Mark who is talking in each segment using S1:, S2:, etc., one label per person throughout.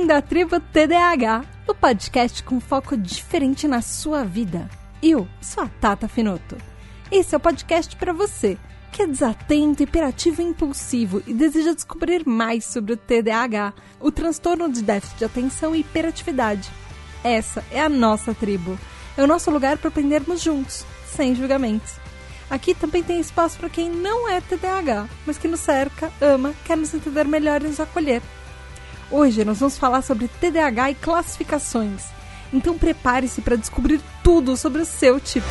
S1: Bem-vindo à Tribo TDAH, o podcast com foco diferente na sua vida. Eu sou a Tata Finoto. Esse é o podcast para você, que é desatento, hiperativo e impulsivo e deseja descobrir mais sobre o TDAH, o transtorno de déficit de atenção e hiperatividade. Essa é a nossa tribo. É o nosso lugar para aprendermos juntos, sem julgamentos. Aqui também tem espaço para quem não é TDAH, mas que nos cerca, ama, quer nos entender melhor e nos acolher. Hoje nós vamos falar sobre TDAH e classificações. Então prepare-se para descobrir tudo sobre o seu tipo.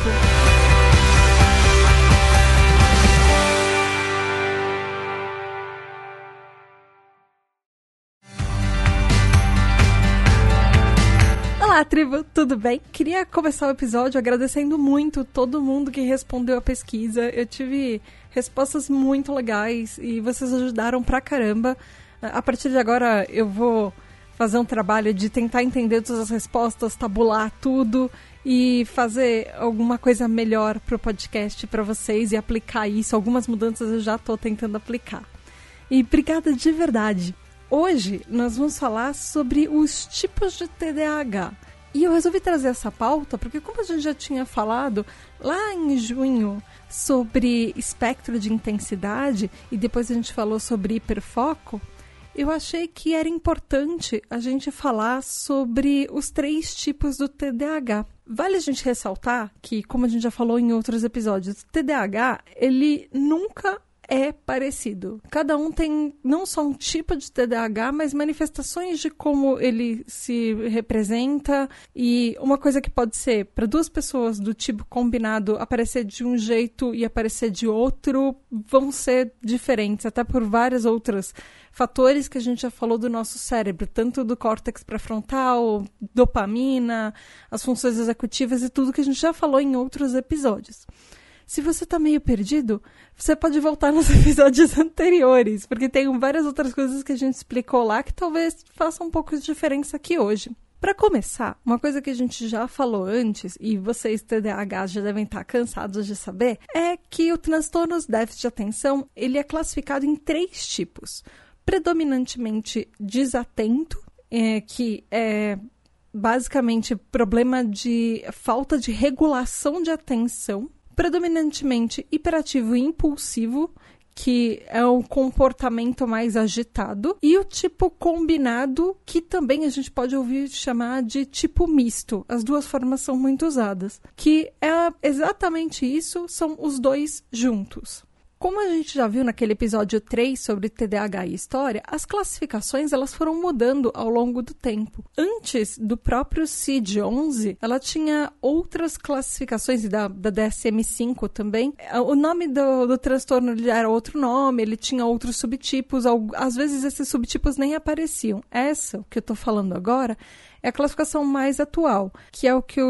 S1: Olá, tribo, tudo bem? Queria começar o episódio agradecendo muito todo mundo que respondeu a pesquisa. Eu tive respostas muito legais e vocês ajudaram pra caramba. A partir de agora eu vou fazer um trabalho de tentar entender todas as respostas, tabular tudo e fazer alguma coisa melhor pro podcast para vocês e aplicar isso. Algumas mudanças eu já estou tentando aplicar. E obrigada de verdade. Hoje nós vamos falar sobre os tipos de TDAH. E eu resolvi trazer essa pauta porque, como a gente já tinha falado lá em junho sobre espectro de intensidade e depois a gente falou sobre hiperfoco, eu achei que era importante a gente falar sobre os 3 tipos do TDAH. Vale a gente ressaltar que, como a gente já falou em outros episódios, o TDAH, ele nunca é parecido. Cada um tem não só um tipo de TDAH, mas manifestações de como ele se representa. E uma coisa que pode ser, para 2 pessoas do tipo combinado, aparecer de um jeito e aparecer de outro, vão ser diferentes, até por vários outros fatores que a gente já falou do nosso cérebro, tanto do córtex pré-frontal, dopamina, as funções executivas e tudo que a gente já falou em outros episódios. Se você está meio perdido, você pode voltar nos episódios anteriores, porque tem várias outras coisas que a gente explicou lá que talvez façam um pouco de diferença aqui hoje. Para começar, uma coisa que a gente já falou antes, e vocês TDAH já devem estar cansados de saber, é que o transtorno de déficit de atenção ele é classificado em 3 tipos. Predominantemente desatento, que é basicamente problema de falta de regulação de atenção. Predominantemente hiperativo e impulsivo, que é um comportamento mais agitado, e o tipo combinado, que também a gente pode ouvir chamar de tipo misto. As 2 formas são muito usadas, que é exatamente isso, são os 2 juntos. Como a gente já viu naquele episódio 3 sobre TDAH e história, as classificações elas foram mudando ao longo do tempo. Antes do próprio CID-11, ela tinha outras classificações, e da DSM-5 também. O nome do transtorno ele era outro nome, ele tinha outros subtipos, às vezes esses subtipos nem apareciam. Essa, o que eu estou falando agora, é a classificação mais atual, que é o que o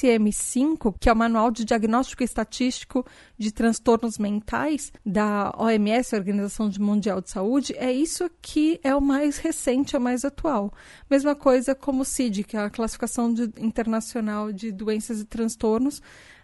S1: DSM-5, que é o Manual de Diagnóstico Estatístico de Transtornos Mentais, da OMS, Organização Mundial de Saúde, é isso que é o mais recente, é o mais atual. Mesma coisa como o CID, que é a Classificação Internacional de Doenças e Transtornos,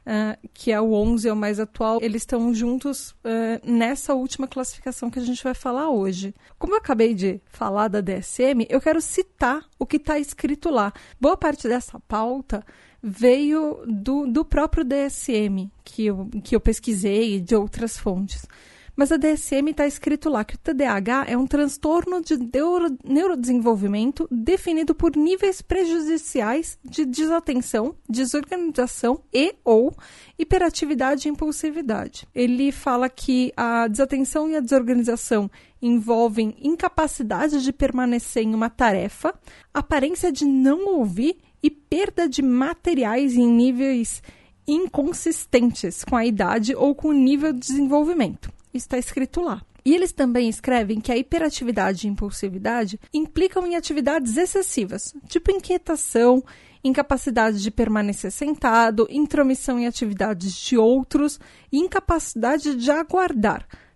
S1: que é o 11, é o mais atual, eles estão juntos nessa última classificação que a gente vai falar hoje. Como eu acabei de falar da DSM, eu quero citar o que está escrito lá. Boa parte dessa pauta veio do próprio DSM, que eu pesquisei de outras fontes. Mas a DSM está escrito lá que o TDAH é um transtorno de neurodesenvolvimento definido por níveis prejudiciais de desatenção, desorganização e ou hiperatividade e impulsividade. Ele fala que a desatenção e a desorganização envolvem incapacidade de permanecer em uma tarefa, aparência de não ouvir e perda de materiais em níveis inconsistentes com a idade ou com o nível de desenvolvimento. Isso está escrito lá. E eles também escrevem que a hiperatividade e impulsividade implicam em atividades excessivas, tipo inquietação, incapacidade de permanecer sentado, intromissão em atividades de outros e incapacidade de aguardar,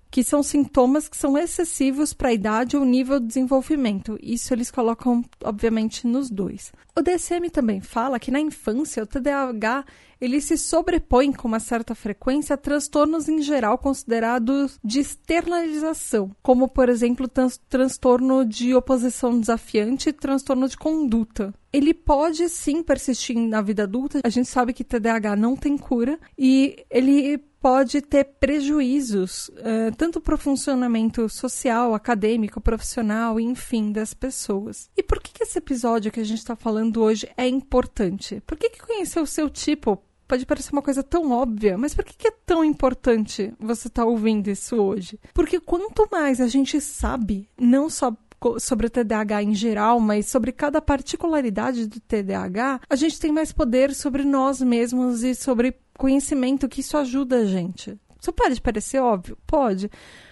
S1: que são sintomas que são excessivos para a idade ou nível de desenvolvimento. Isso eles colocam, obviamente, nos dois. O DSM também fala que na infância o TDAH ele se sobrepõe com uma certa frequência a transtornos em geral considerados de externalização, como, por exemplo, transtorno de oposição desafiante e transtorno de conduta. Ele pode, sim, persistir na vida adulta. A gente sabe que TDAH não tem cura e ele pode ter prejuízos, tanto para o funcionamento social, acadêmico, profissional, enfim, das pessoas. E por que esse episódio que a gente está falando hoje é importante? Por que conhecer o seu tipo pode parecer uma coisa tão óbvia, mas por que é tão importante você estar ouvindo isso hoje? Porque quanto mais a gente sabe, não só sobre o TDAH em geral, mas sobre cada particularidade do TDAH, a gente tem mais poder sobre nós mesmos e sobre conhecimento, que isso ajuda a gente. Isso pode parecer óbvio? Pode.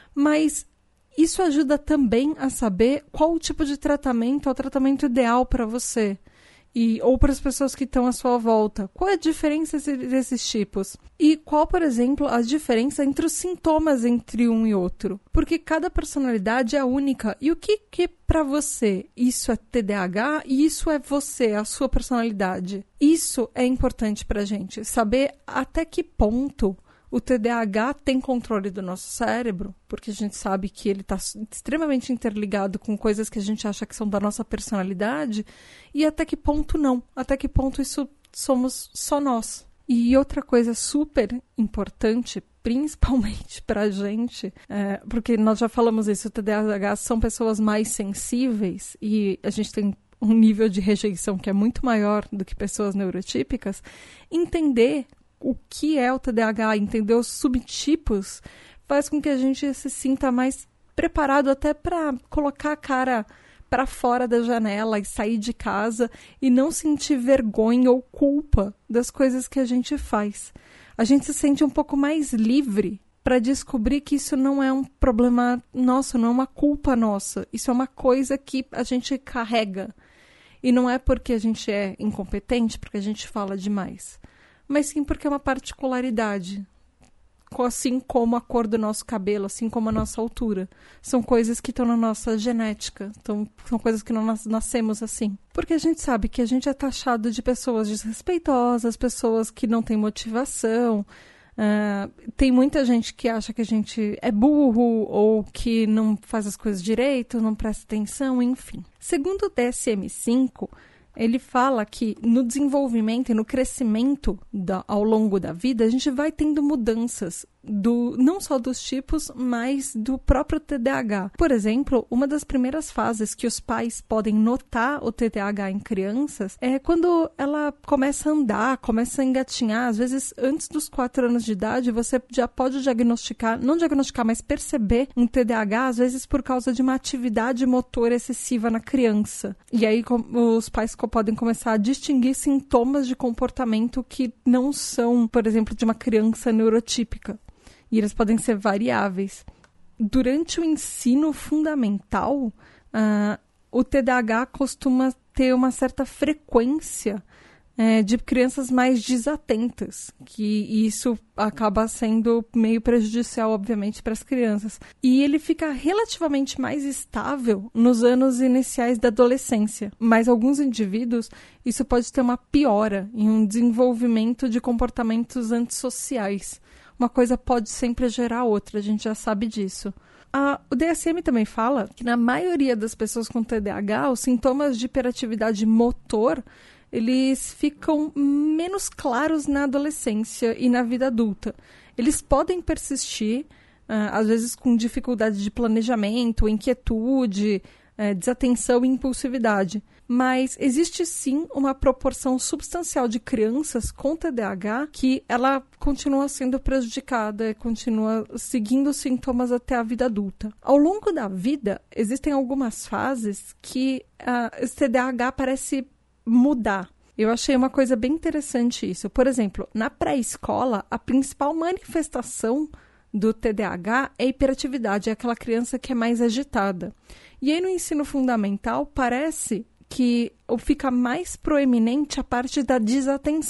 S1: Mas isso ajuda também a saber qual o tipo de tratamento é o tratamento ideal para você. Ou para as pessoas que estão à sua volta. Qual é a diferença desses tipos? E qual, por exemplo, a diferença entre os sintomas entre um e outro? Porque cada personalidade é única. E o que para você isso é TDAH e isso é você, a sua personalidade? Isso é importante para a gente. Saber até que ponto o TDAH tem controle do nosso cérebro, porque a gente sabe que ele está extremamente interligado com coisas que a gente acha que são da nossa personalidade, e até que ponto não, até que ponto isso somos só nós. E outra coisa super importante, principalmente para a gente, porque nós já falamos isso, o TDAH são pessoas mais sensíveis, e a gente tem um nível de rejeição que é muito maior do que pessoas neurotípicas, entender o que é o TDAH, entender os subtipos, faz com que a gente se sinta mais preparado até para colocar a cara para fora da janela e sair de casa e não sentir vergonha ou culpa das coisas que a gente faz. A gente se sente um pouco mais livre para descobrir que isso não é um problema nosso, não é uma culpa nossa. Isso é uma coisa que a gente carrega. E não é porque a gente é incompetente, porque a gente fala demais, mas sim porque é uma particularidade, assim como a cor do nosso cabelo, assim como a nossa altura. São coisas que estão na nossa genética, são coisas que nós nascemos assim. Porque a gente sabe que a gente é taxado de pessoas desrespeitosas, pessoas que não têm motivação. Tem muita gente que acha que a gente é burro ou que não faz as coisas direito, não presta atenção, enfim. Segundo o DSM-5, ele fala que no desenvolvimento e no crescimento ao longo da vida, a gente vai tendo mudanças, não só dos tipos, mas do próprio TDAH. Por exemplo, uma das primeiras fases que os pais podem notar o TDAH em crianças é quando ela começa a andar, começa a engatinhar. Às vezes, antes dos 4 anos de idade, você já pode diagnosticar, não diagnosticar, mas perceber um TDAH, às vezes por causa de uma atividade motora excessiva na criança. E aí os pais podem começar a distinguir sintomas de comportamento que não são, por exemplo, de uma criança neurotípica. E eles podem ser variáveis. Durante o ensino fundamental, o TDAH costuma ter uma certa frequência de crianças mais desatentas, que isso acaba sendo meio prejudicial, obviamente, para as crianças. E ele fica relativamente mais estável nos anos iniciais da adolescência, mas alguns indivíduos, isso pode ter uma piora em um desenvolvimento de comportamentos antissociais. Uma coisa pode sempre gerar outra, a gente já sabe disso. O DSM também fala que na maioria das pessoas com TDAH, os sintomas de hiperatividade motor, eles ficam menos claros na adolescência e na vida adulta. Eles podem persistir, às vezes com dificuldade de planejamento, inquietude, desatenção e impulsividade. Mas existe sim uma proporção substancial de crianças com TDAH que ela continua sendo prejudicada, continua seguindo os sintomas até a vida adulta. Ao longo da vida, existem algumas fases que esse TDAH parece mudar. Eu achei uma coisa bem interessante isso. Por exemplo, na pré-escola, a principal manifestação do TDAH é a hiperatividade, é aquela criança que é mais agitada. E aí no ensino fundamental parece que fica mais proeminente a parte da desatenção.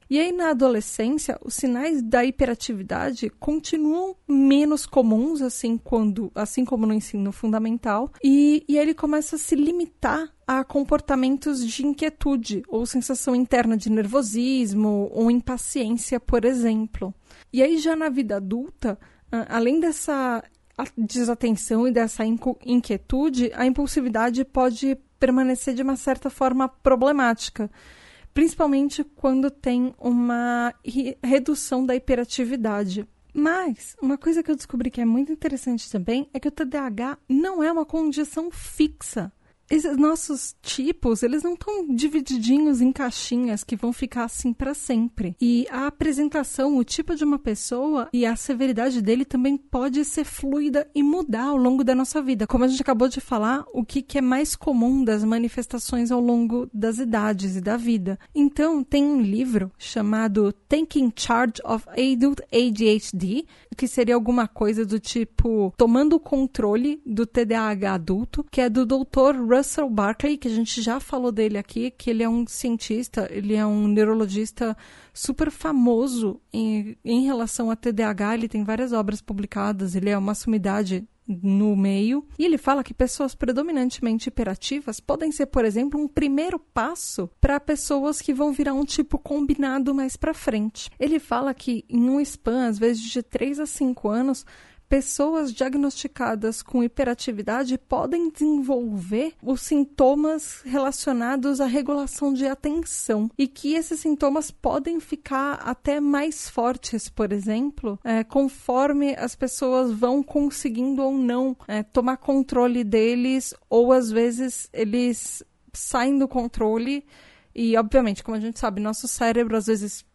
S1: E aí, na adolescência, os sinais da hiperatividade continuam menos comuns, assim como no ensino fundamental, e ele começa a se limitar a comportamentos de inquietude ou sensação interna de nervosismo ou impaciência, por exemplo. E aí, já na vida adulta, além dessa desatenção e dessa inquietude, a impulsividade pode permanecer de uma certa forma problemática, principalmente quando tem uma redução da hiperatividade. Mas uma coisa que eu descobri que é muito interessante também é que o TDAH não é uma condição fixa. Esses nossos tipos, eles não estão divididinhos em caixinhas que vão ficar assim para sempre. E a apresentação, o tipo de uma pessoa e a severidade dele também pode ser fluida e mudar ao longo da nossa vida. Como a gente acabou de falar, o que é mais comum das manifestações ao longo das idades e da vida. Então, tem um livro chamado Taking Charge of Adult ADHD, que seria alguma coisa do tipo Tomando o Controle do TDAH Adulto, que é do Dr. Russell Barkley, que a gente já falou dele aqui, que ele é um cientista, ele é um neurologista super famoso em relação a TDAH, ele tem várias obras publicadas, ele é uma sumidade no meio, e ele fala que pessoas predominantemente hiperativas podem ser, por exemplo, um primeiro passo para pessoas que vão virar um tipo combinado mais para frente. Ele fala que em um span, às vezes de 3 a 5 anos, pessoas diagnosticadas com hiperatividade podem desenvolver os sintomas relacionados à regulação de atenção e que esses sintomas podem ficar até mais fortes, por exemplo, conforme as pessoas vão conseguindo ou não tomar controle deles, ou às vezes eles saem do controle e, obviamente, como a gente sabe, nosso cérebro às vezes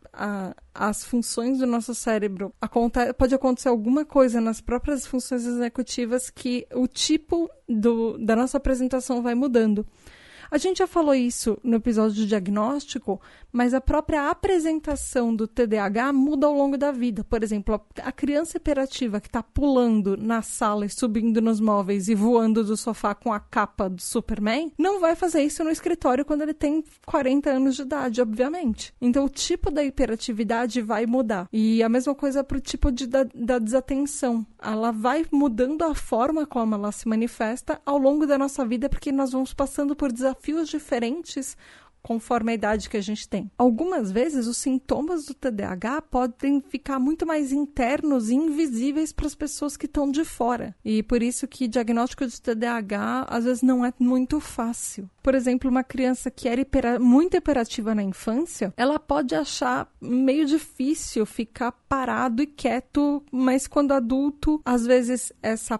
S1: as funções do nosso cérebro, pode acontecer alguma coisa nas próprias funções executivas que o tipo da nossa apresentação vai mudando. A gente já falou isso no episódio de diagnóstico, mas a própria apresentação do TDAH muda ao longo da vida. Por exemplo, a criança hiperativa que está pulando na sala e subindo nos móveis e voando do sofá com a capa do Superman, não vai fazer isso no escritório quando ele tem 40 anos de idade, obviamente. Então, o tipo da hiperatividade vai mudar. E a mesma coisa para o tipo da desatenção. Ela vai mudando a forma como ela se manifesta ao longo da nossa vida, porque nós vamos passando por desafios diferentes conforme a idade que a gente tem. Algumas vezes, os sintomas do TDAH podem ficar muito mais internos e invisíveis para as pessoas que estão de fora. E por isso que diagnóstico de TDAH, às vezes, não é muito fácil. Por exemplo, uma criança que era muito hiperativa na infância, ela pode achar meio difícil ficar parado e quieto, mas quando adulto, às vezes,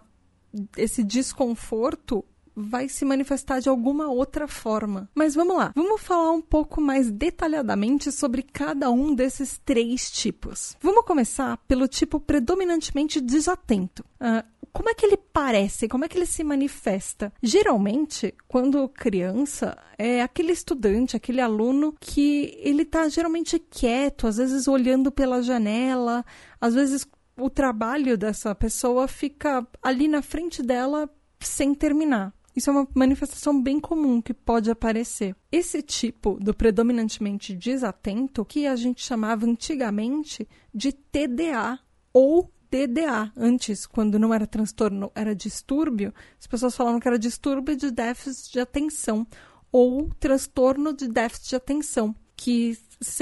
S1: esse desconforto vai se manifestar de alguma outra forma. Mas vamos lá, vamos falar um pouco mais detalhadamente sobre cada um desses 3 tipos. Vamos começar pelo tipo predominantemente desatento. Como é que ele parece? Como é que ele se manifesta? Geralmente, quando criança, é aquele estudante, aquele aluno que ele está geralmente quieto, às vezes olhando pela janela, às vezes o trabalho dessa pessoa fica ali na frente dela sem terminar. Isso é uma manifestação bem comum que pode aparecer. Esse tipo do predominantemente desatento, que a gente chamava antigamente de TDA ou DDA. Antes, quando não era transtorno, era distúrbio, as pessoas falavam que era distúrbio de déficit de atenção ou transtorno de déficit de atenção, que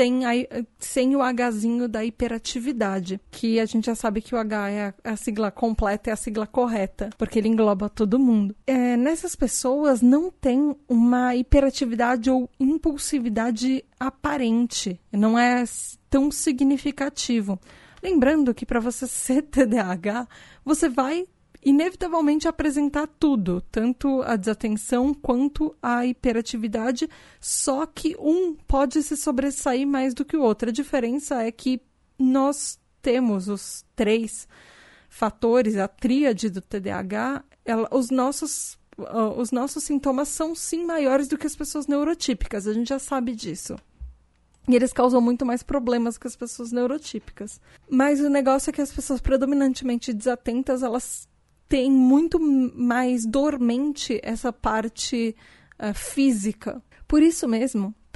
S1: sem o Hzinho da hiperatividade, que a gente já sabe que o H é a sigla completa, é a sigla correta, porque ele engloba todo mundo. Nessas pessoas não tem uma hiperatividade ou impulsividade aparente, não é tão significativo. Lembrando que para você ser TDAH, você vai inevitavelmente apresentar tudo, tanto a desatenção quanto a hiperatividade, só que um pode se sobressair mais do que o outro. A diferença é que nós temos os 3 fatores, a tríade do TDAH, os nossos sintomas são sim maiores do que as pessoas neurotípicas, a gente já sabe disso. E eles causam muito mais problemas que as pessoas neurotípicas. Mas o negócio é que as pessoas predominantemente desatentas, elas têm muito mais dormente essa parte física. Por isso mesmo,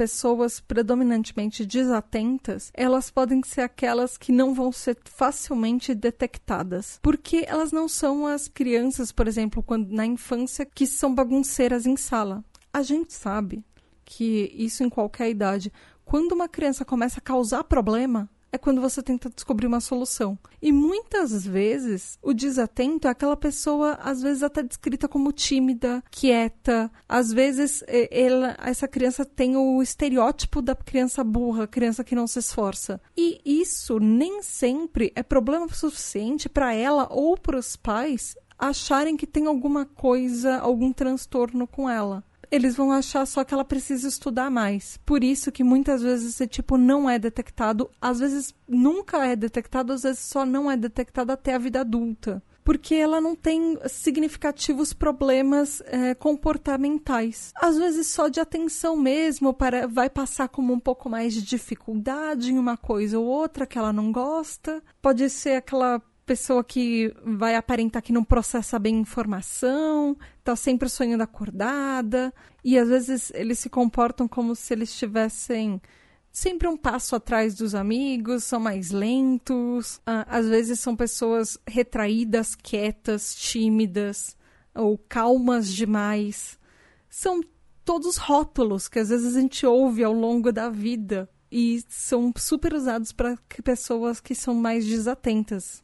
S1: pessoas predominantemente desatentas, elas podem ser aquelas que não vão ser facilmente detectadas. Porque elas não são as crianças, por exemplo, na infância, que são bagunceiras em sala. A gente sabe que isso em qualquer idade, quando uma criança começa a causar problema, é quando você tenta descobrir uma solução. E muitas vezes, o desatento é aquela pessoa, às vezes até descrita como tímida, quieta. Às vezes, essa criança tem o estereótipo da criança burra, criança que não se esforça. E isso nem sempre é problema suficiente para ela ou para os pais acharem que tem alguma coisa, algum transtorno com ela. Eles vão achar só que ela precisa estudar mais. Por isso que muitas vezes esse tipo não é detectado. Às vezes nunca é detectado, às vezes só não é detectado até a vida adulta. Porque ela não tem significativos problemas comportamentais. Às vezes só de atenção mesmo, vai passar como um pouco mais de dificuldade em uma coisa ou outra que ela não gosta. Pode ser aquela pessoa que vai aparentar que não processa bem informação, tá sempre sonhando acordada, e às vezes eles se comportam como se eles estivessem sempre um passo atrás dos amigos, são mais lentos, às vezes são pessoas retraídas, quietas, tímidas, ou calmas demais. São todos rótulos que às vezes a gente ouve ao longo da vida, e são super usados para pessoas que são mais desatentas.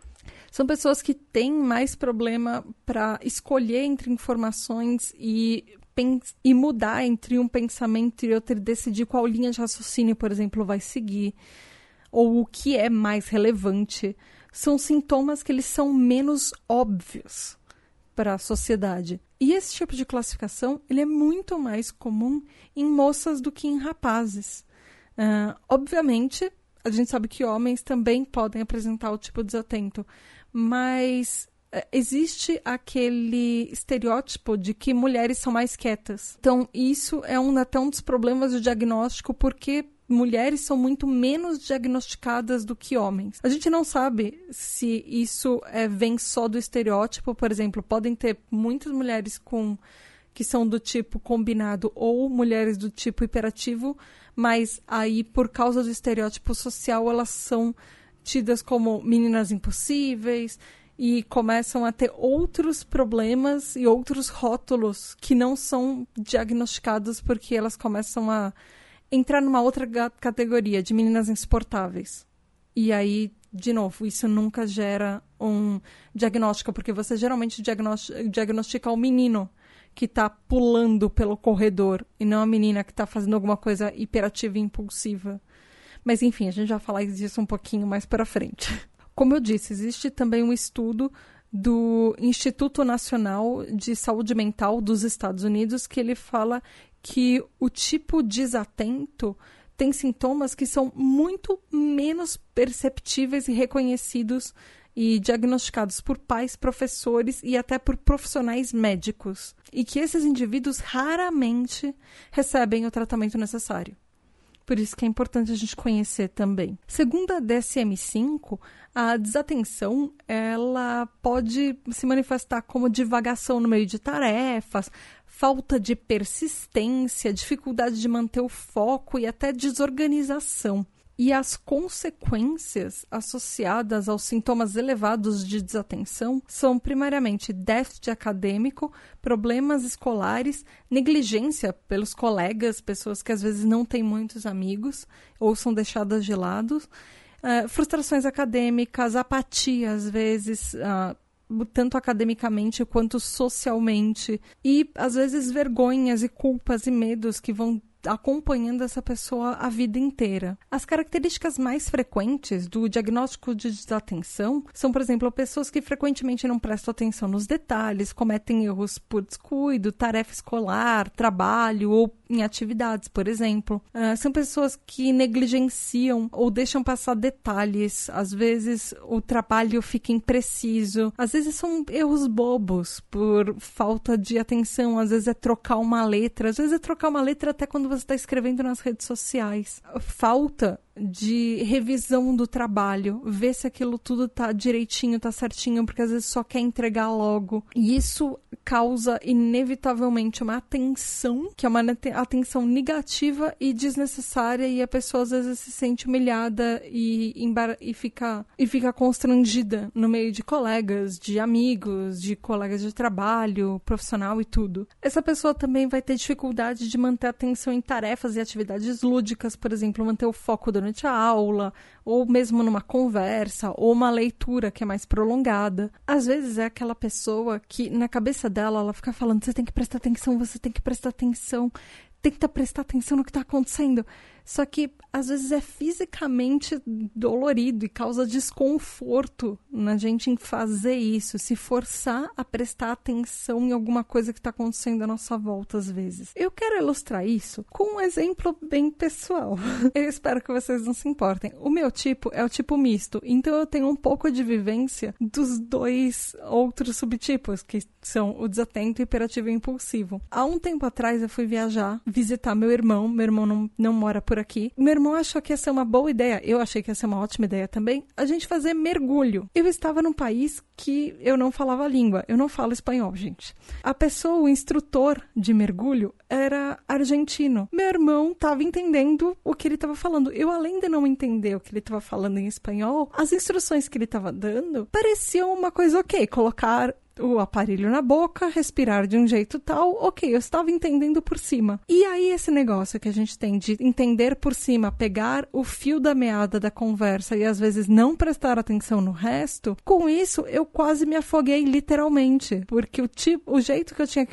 S1: São pessoas que têm mais problema para escolher entre informações e mudar entre um pensamento e outro e decidir qual linha de raciocínio, por exemplo, vai seguir, ou o que é mais relevante. São sintomas que eles são menos óbvios para a sociedade. E esse tipo de classificação ele é muito mais comum em moças do que em rapazes. Obviamente, a gente sabe que homens também podem apresentar o tipo desatento, mas existe aquele estereótipo de que mulheres são mais quietas. Então, isso é até um dos problemas do diagnóstico, porque mulheres são muito menos diagnosticadas do que homens. A gente não sabe se isso vem só do estereótipo. Por exemplo, podem ter muitas mulheres que são do tipo combinado ou mulheres do tipo hiperativo, mas aí, por causa do estereótipo social, elas são tidas como meninas impossíveis e começam a ter outros problemas e outros rótulos que não são diagnosticados porque elas começam a entrar numa outra categoria de meninas insuportáveis. E aí, de novo, isso nunca gera um diagnóstico, porque você geralmente diagnostica o menino que está pulando pelo corredor e não a menina que está fazendo alguma coisa hiperativa e impulsiva. Mas, enfim, a gente vai falar disso um pouquinho mais para frente. Como eu disse, existe também um estudo do Instituto Nacional de Saúde Mental dos Estados Unidos que ele fala que o tipo desatento tem sintomas que são muito menos perceptíveis e reconhecidos e diagnosticados por pais, professores e até por profissionais médicos. E que esses indivíduos raramente recebem o tratamento necessário. Por isso que é importante a gente conhecer também. Segundo a DSM-5, a desatenção ela pode se manifestar como divagação no meio de tarefas, falta de persistência, dificuldade de manter o foco e até desorganização. E as consequências associadas aos sintomas elevados de desatenção são primariamente déficit acadêmico, problemas escolares, negligência pelos colegas, pessoas que às vezes não têm muitos amigos ou são deixadas de lado, frustrações acadêmicas, apatia às vezes, tanto academicamente quanto socialmente, e às vezes vergonhas e culpas e medos que vão acompanhando essa pessoa a vida inteira. As características mais frequentes do diagnóstico de desatenção são, por exemplo, pessoas que frequentemente não prestam atenção nos detalhes, cometem erros por descuido, tarefa escolar, trabalho ou em atividades, por exemplo. São pessoas que negligenciam ou deixam passar detalhes. Às vezes o trabalho fica impreciso. Às vezes são erros bobos por falta de atenção. Às vezes é trocar uma letra. Às vezes é trocar uma letra até quando você está escrevendo nas redes sociais. Falta de revisão do trabalho, ver se aquilo tudo tá direitinho, tá certinho, porque às vezes só quer entregar logo. E isso causa inevitavelmente uma atenção, que é uma atenção negativa e desnecessária, e a pessoa às vezes se sente humilhada e fica constrangida no meio de colegas, de amigos, de colegas de trabalho, profissional e tudo. Essa pessoa também vai ter dificuldade de manter a atenção em tarefas e atividades lúdicas, por exemplo, manter o foco durante a aula, ou mesmo numa conversa, ou uma leitura que é mais prolongada. Às vezes é aquela pessoa que, na cabeça dela, ela fica falando, você tem que prestar atenção, você tem que prestar atenção, tenta prestar atenção no que está acontecendo. Só que, às vezes, é fisicamente dolorido e causa desconforto na gente em fazer isso, se forçar a prestar atenção em alguma coisa que está acontecendo à nossa volta, às vezes. Eu quero ilustrar isso com um exemplo bem pessoal. Eu espero que vocês não se importem. O meu tipo é o tipo misto, então eu tenho um pouco de vivência dos dois outros subtipos, que são o desatento, hiperativo e impulsivo. Há um tempo atrás, eu fui viajar, visitar meu irmão não mora por aqui. Meu irmão achou que ia ser uma boa ideia, eu achei que ia ser uma ótima ideia também, a gente fazer mergulho. Eu estava num país que eu não falava a língua, eu não falo espanhol, gente. A pessoa, o instrutor de mergulho, era argentino. Meu irmão estava entendendo o que ele estava falando. Eu, além de não entender o que ele estava falando em espanhol, as instruções que ele estava dando pareciam uma coisa ok, colocar o aparelho na boca, respirar de um jeito tal, ok, eu estava entendendo por cima. E aí esse negócio que a gente tem de entender por cima, pegar o fio da meada da conversa e às vezes não prestar atenção no resto, com isso eu quase me afoguei literalmente, porque o jeito que eu tinha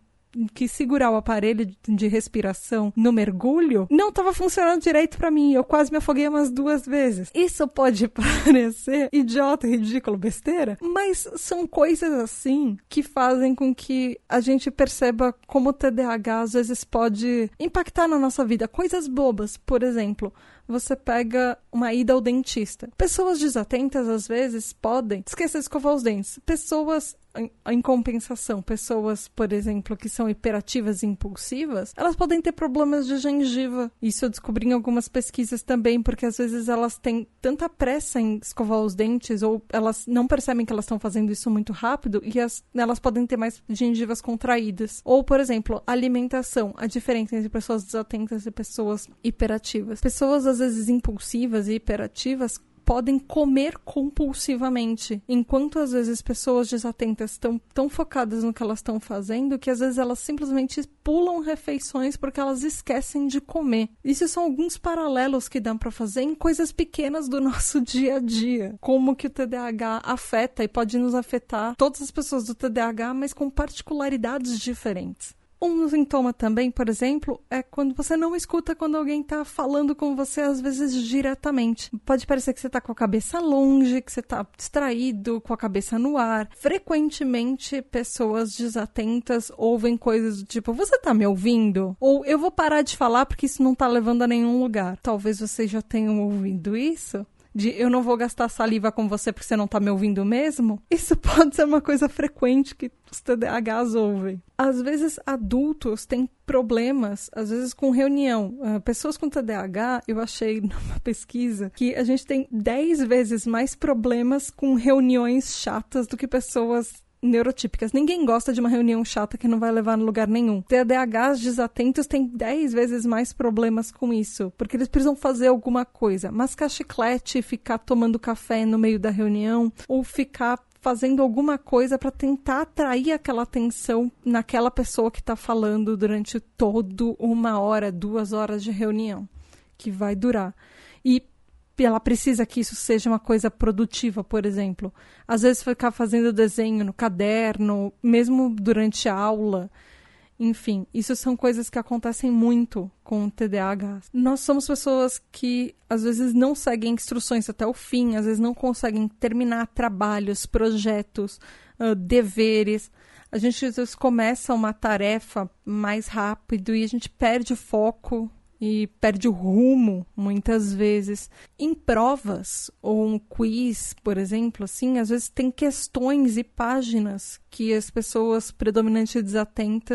S1: que segurar o aparelho de respiração no mergulho não estava funcionando direito para mim. Eu quase me afoguei umas 2 vezes. Isso pode parecer idiota, ridículo, besteira, mas são coisas assim que fazem com que a gente perceba como o TDAH às vezes pode impactar na nossa vida. Coisas bobas, por exemplo, você pega uma ida ao dentista. Pessoas desatentas, às vezes, podem esquecer de escovar os dentes. Pessoas, em compensação, pessoas, por exemplo, que são hiperativas e impulsivas, elas podem ter problemas de gengiva. Isso eu descobri em algumas pesquisas também, porque às vezes elas têm tanta pressa em escovar os dentes, ou elas não percebem que elas estão fazendo isso muito rápido, e elas podem ter mais gengivas contraídas. Ou, por exemplo, alimentação. A diferença entre pessoas desatentas e pessoas hiperativas. Pessoas, às vezes, impulsivas e hiperativas podem comer compulsivamente, enquanto às vezes pessoas desatentas estão tão focadas no que elas estão fazendo que às vezes elas simplesmente pulam refeições porque elas esquecem de comer. Isso são alguns paralelos que dá para fazer em coisas pequenas do nosso dia a dia, como que o TDAH afeta e pode nos afetar todas as pessoas do TDAH, mas com particularidades diferentes. Um sintoma também, por exemplo, é quando você não escuta quando alguém está falando com você, às vezes diretamente. Pode parecer que você está com a cabeça longe, que você está distraído, com a cabeça no ar. Frequentemente, pessoas desatentas ouvem coisas do tipo, você está me ouvindo? Ou eu vou parar de falar porque isso não está levando a nenhum lugar. Talvez vocês já tenham ouvido isso. De eu não vou gastar saliva com você porque você não tá me ouvindo mesmo? Isso pode ser uma coisa frequente que os TDAHs ouvem. Às vezes, adultos têm problemas, às vezes com reunião. Pessoas com TDAH, eu achei numa pesquisa que a gente tem 10 vezes mais problemas com reuniões chatas do que pessoas neurotípicas. Ninguém gosta de uma reunião chata que não vai levar a lugar nenhum. TDAHs desatentos têm 10 vezes mais problemas com isso, porque eles precisam fazer alguma coisa. Mascar chiclete, ficar tomando café no meio da reunião, ou ficar fazendo alguma coisa para tentar atrair aquela atenção naquela pessoa que está falando durante todo 1 hora, 2 horas de reunião, que vai durar. E ela precisa que isso seja uma coisa produtiva, por exemplo. Às vezes ficar fazendo desenho no caderno, mesmo durante a aula. Enfim, isso são coisas que acontecem muito com o TDAH. Nós somos pessoas que às vezes não seguem instruções até o fim, às vezes não conseguem terminar trabalhos, projetos, deveres. A gente às vezes começa uma tarefa mais rápido e a gente perde o foco e perde o rumo, muitas vezes. Em provas ou um quiz, por exemplo, assim, às vezes tem questões e páginas que as pessoas predominantemente desatentas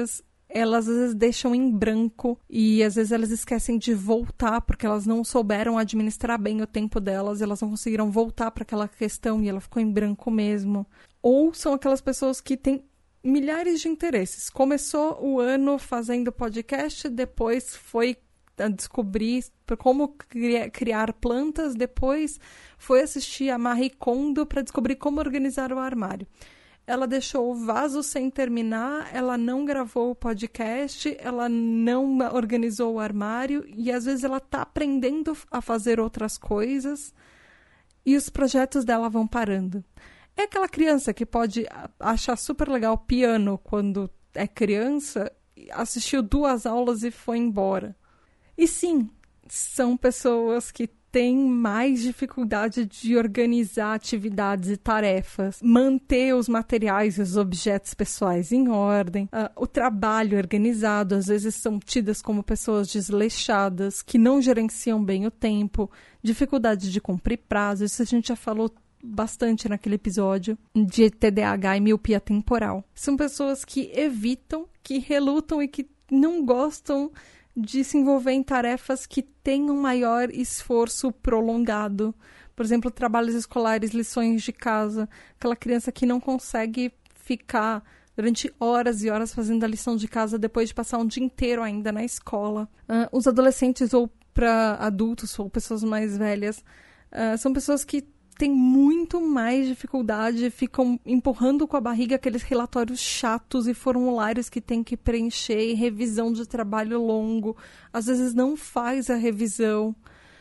S1: elas às vezes deixam em branco e às vezes elas esquecem de voltar porque elas não souberam administrar bem o tempo delas, elas não conseguiram voltar para aquela questão e ela ficou em branco mesmo. Ou são aquelas pessoas que têm milhares de interesses. Começou o ano fazendo podcast, depois foi descobrir como criar plantas, depois foi assistir a Marie Kondo para descobrir como organizar o armário. Ela deixou o vaso sem terminar, ela não gravou o podcast, ela não organizou o armário e às vezes ela está aprendendo a fazer outras coisas e os projetos dela vão parando. É aquela criança que pode achar super legal piano quando é criança, assistiu 2 aulas e foi embora. E sim, são pessoas que têm mais dificuldade de organizar atividades e tarefas, manter os materiais e os objetos pessoais em ordem, o trabalho organizado, às vezes são tidas como pessoas desleixadas, que não gerenciam bem o tempo, dificuldade de cumprir prazos, isso a gente já falou bastante naquele episódio de TDAH e miopia temporal. São pessoas que evitam, que relutam e que não gostam de se envolver em tarefas que têm um maior esforço prolongado. Por exemplo, trabalhos escolares, lições de casa. Aquela criança que não consegue ficar durante horas e horas fazendo a lição de casa depois de passar um dia inteiro ainda na escola. Os adolescentes ou para adultos ou pessoas mais velhas são pessoas que têm muito mais dificuldade, ficam empurrando com a barriga aqueles relatórios chatos e formulários que tem que preencher e revisão de trabalho longo. Às vezes não faz a revisão,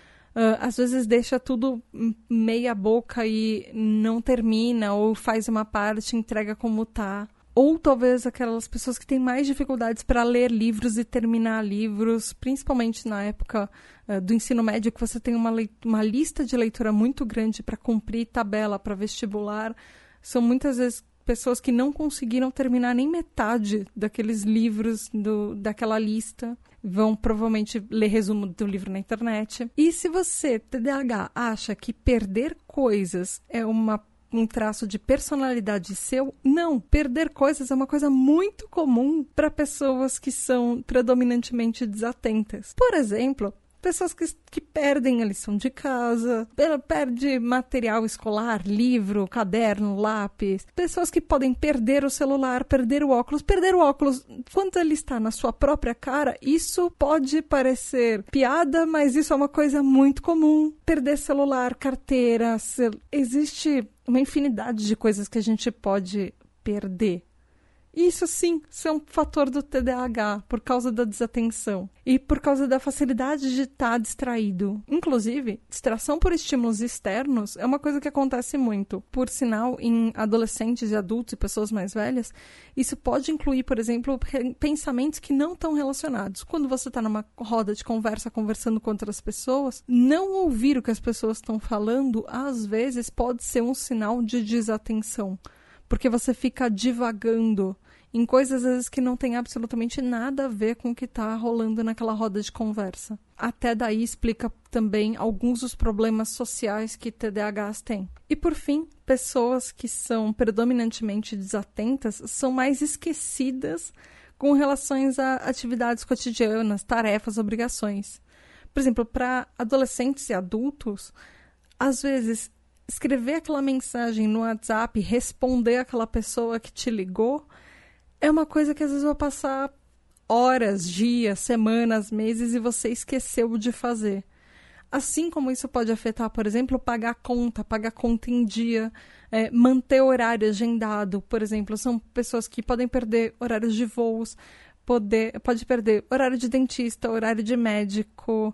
S1: às vezes deixa tudo meia boca e não termina, ou faz uma parte e entrega como tá. Ou talvez aquelas pessoas que têm mais dificuldades para ler livros e terminar livros, principalmente na época do ensino médio, que você tem uma lista de leitura muito grande para cumprir, tabela para vestibular. São muitas vezes pessoas que não conseguiram terminar nem metade daqueles livros daquela lista. Vão provavelmente ler resumo do livro na internet. E se você, TDAH, acha que perder coisas é um traço de personalidade seu, não. Perder coisas é uma coisa muito comum para pessoas que são predominantemente desatentas. Por exemplo, pessoas que perdem a lição de casa, perde material escolar, livro, caderno, lápis. Pessoas que podem perder o celular, perder o óculos. Perder o óculos, quando ele está na sua própria cara, isso pode parecer piada, mas isso é uma coisa muito comum. Perder celular, carteira, existe uma infinidade de coisas que a gente pode perder. Isso sim, é um fator do TDAH, por causa da desatenção e por causa da facilidade de estar distraído. Inclusive, distração por estímulos externos é uma coisa que acontece muito. Por sinal, em adolescentes e adultos e pessoas mais velhas, isso pode incluir, por exemplo, pensamentos que não estão relacionados. Quando você está numa roda de conversa, conversando com outras pessoas, não ouvir o que as pessoas estão falando, às vezes, pode ser um sinal de desatenção. Porque você fica divagando em coisas, às vezes, que não tem absolutamente nada a ver com o que está rolando naquela roda de conversa. Até daí explica também alguns dos problemas sociais que TDAHs têm. E, por fim, pessoas que são predominantemente desatentas são mais esquecidas com relações a atividades cotidianas, tarefas, obrigações. Por exemplo, para adolescentes e adultos, às vezes, escrever aquela mensagem no WhatsApp, responder aquela pessoa que te ligou, é uma coisa que às vezes vai passar horas, dias, semanas, meses e você esqueceu de fazer. Assim como isso pode afetar, por exemplo, pagar conta em dia, manter horário agendado, por exemplo. São pessoas que podem perder horários de voos, pode perder horário de dentista, horário de médico,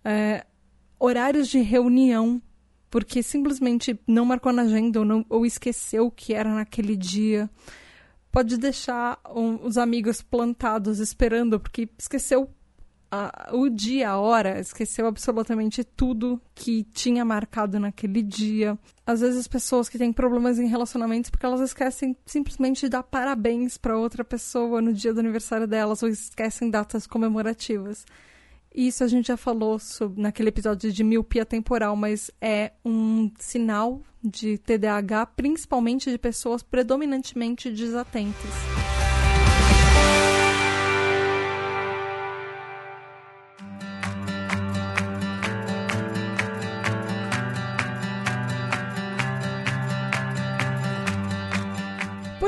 S1: horários de reunião, porque simplesmente não marcou na agenda ou esqueceu o que era naquele dia. Pode deixar os amigos plantados esperando, porque esqueceu o dia, a hora, esqueceu absolutamente tudo que tinha marcado naquele dia. Às vezes as pessoas que têm problemas em relacionamentos porque elas esquecem simplesmente de dar parabéns para outra pessoa no dia do aniversário delas ou esquecem datas comemorativas. Isso a gente já falou naquele episódio de miopia temporal, mas é um sinal de TDAH, principalmente de pessoas predominantemente desatentas.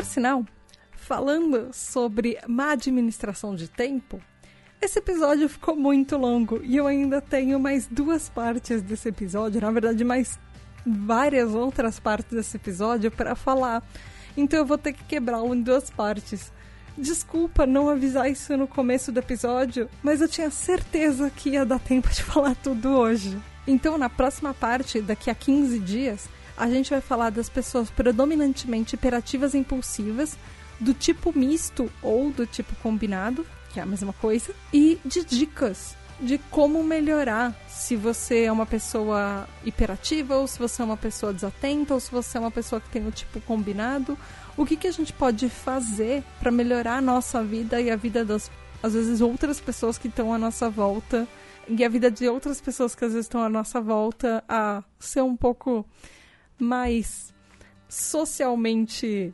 S1: sinal, falando sobre má administração de tempo, esse episódio ficou muito longo e eu ainda tenho mais 2 partes desse episódio, na verdade mais várias outras partes desse episódio para falar. Então eu vou ter que quebrá-lo em 2 partes. Desculpa não avisar isso no começo do episódio, mas eu tinha certeza que ia dar tempo de falar tudo hoje. Então na próxima parte, daqui a 15 dias, a gente vai falar das pessoas predominantemente hiperativas e impulsivas, do tipo misto ou do tipo combinado, que é a mesma coisa, e de dicas de como melhorar se você é uma pessoa hiperativa ou se você é uma pessoa desatenta ou se você é uma pessoa que tem o tipo combinado. O que a gente pode fazer para melhorar a nossa vida e a vida das, às vezes, outras pessoas que estão à nossa volta e a vida de outras pessoas que às vezes estão à nossa volta a ser um pouco mais socialmente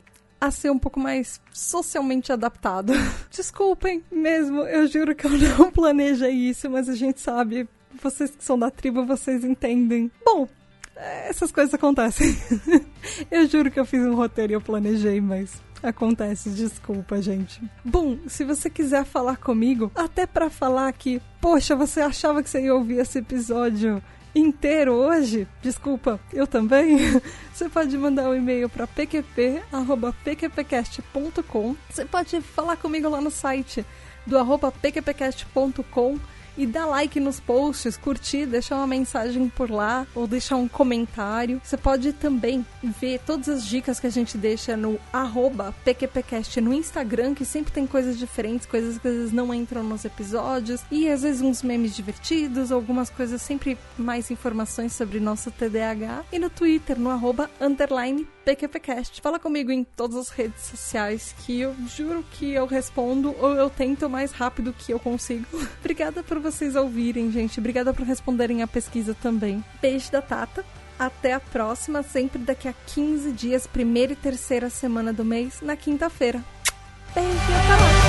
S1: adaptado. Desculpem mesmo, eu juro que eu não planejei isso, mas a gente sabe, vocês que são da tribo, vocês entendem. Bom, essas coisas acontecem. Eu juro que eu fiz um roteiro e eu planejei, mas acontece, desculpa, gente. Bom, se você quiser falar comigo, até pra falar que, poxa, você achava que você ia ouvir esse episódio inteiro hoje? Desculpa, eu também. Você pode mandar um e-mail para pqp@pqpcast.com. Você pode falar comigo lá no site do @pqpcast.com e dar like nos posts, curtir, deixar uma mensagem por lá ou deixar um comentário. Você pode também ver todas as dicas que a gente deixa no @pqpcast no Instagram, que sempre tem coisas diferentes, coisas que às vezes não entram nos episódios, e às vezes uns memes divertidos, algumas coisas, sempre mais informações sobre nosso TDAH, e no Twitter, no @_PQPcast. Fala comigo em todas as redes sociais, que eu juro que eu respondo, ou eu tento o mais rápido que eu consigo. Obrigada por vocês ouvirem, gente. Obrigada por responderem a pesquisa também. Beijo da Tata. Até a próxima, sempre daqui a 15 dias, 1ª e 3ª semana do mês, na quinta-feira. Beijo, até lá!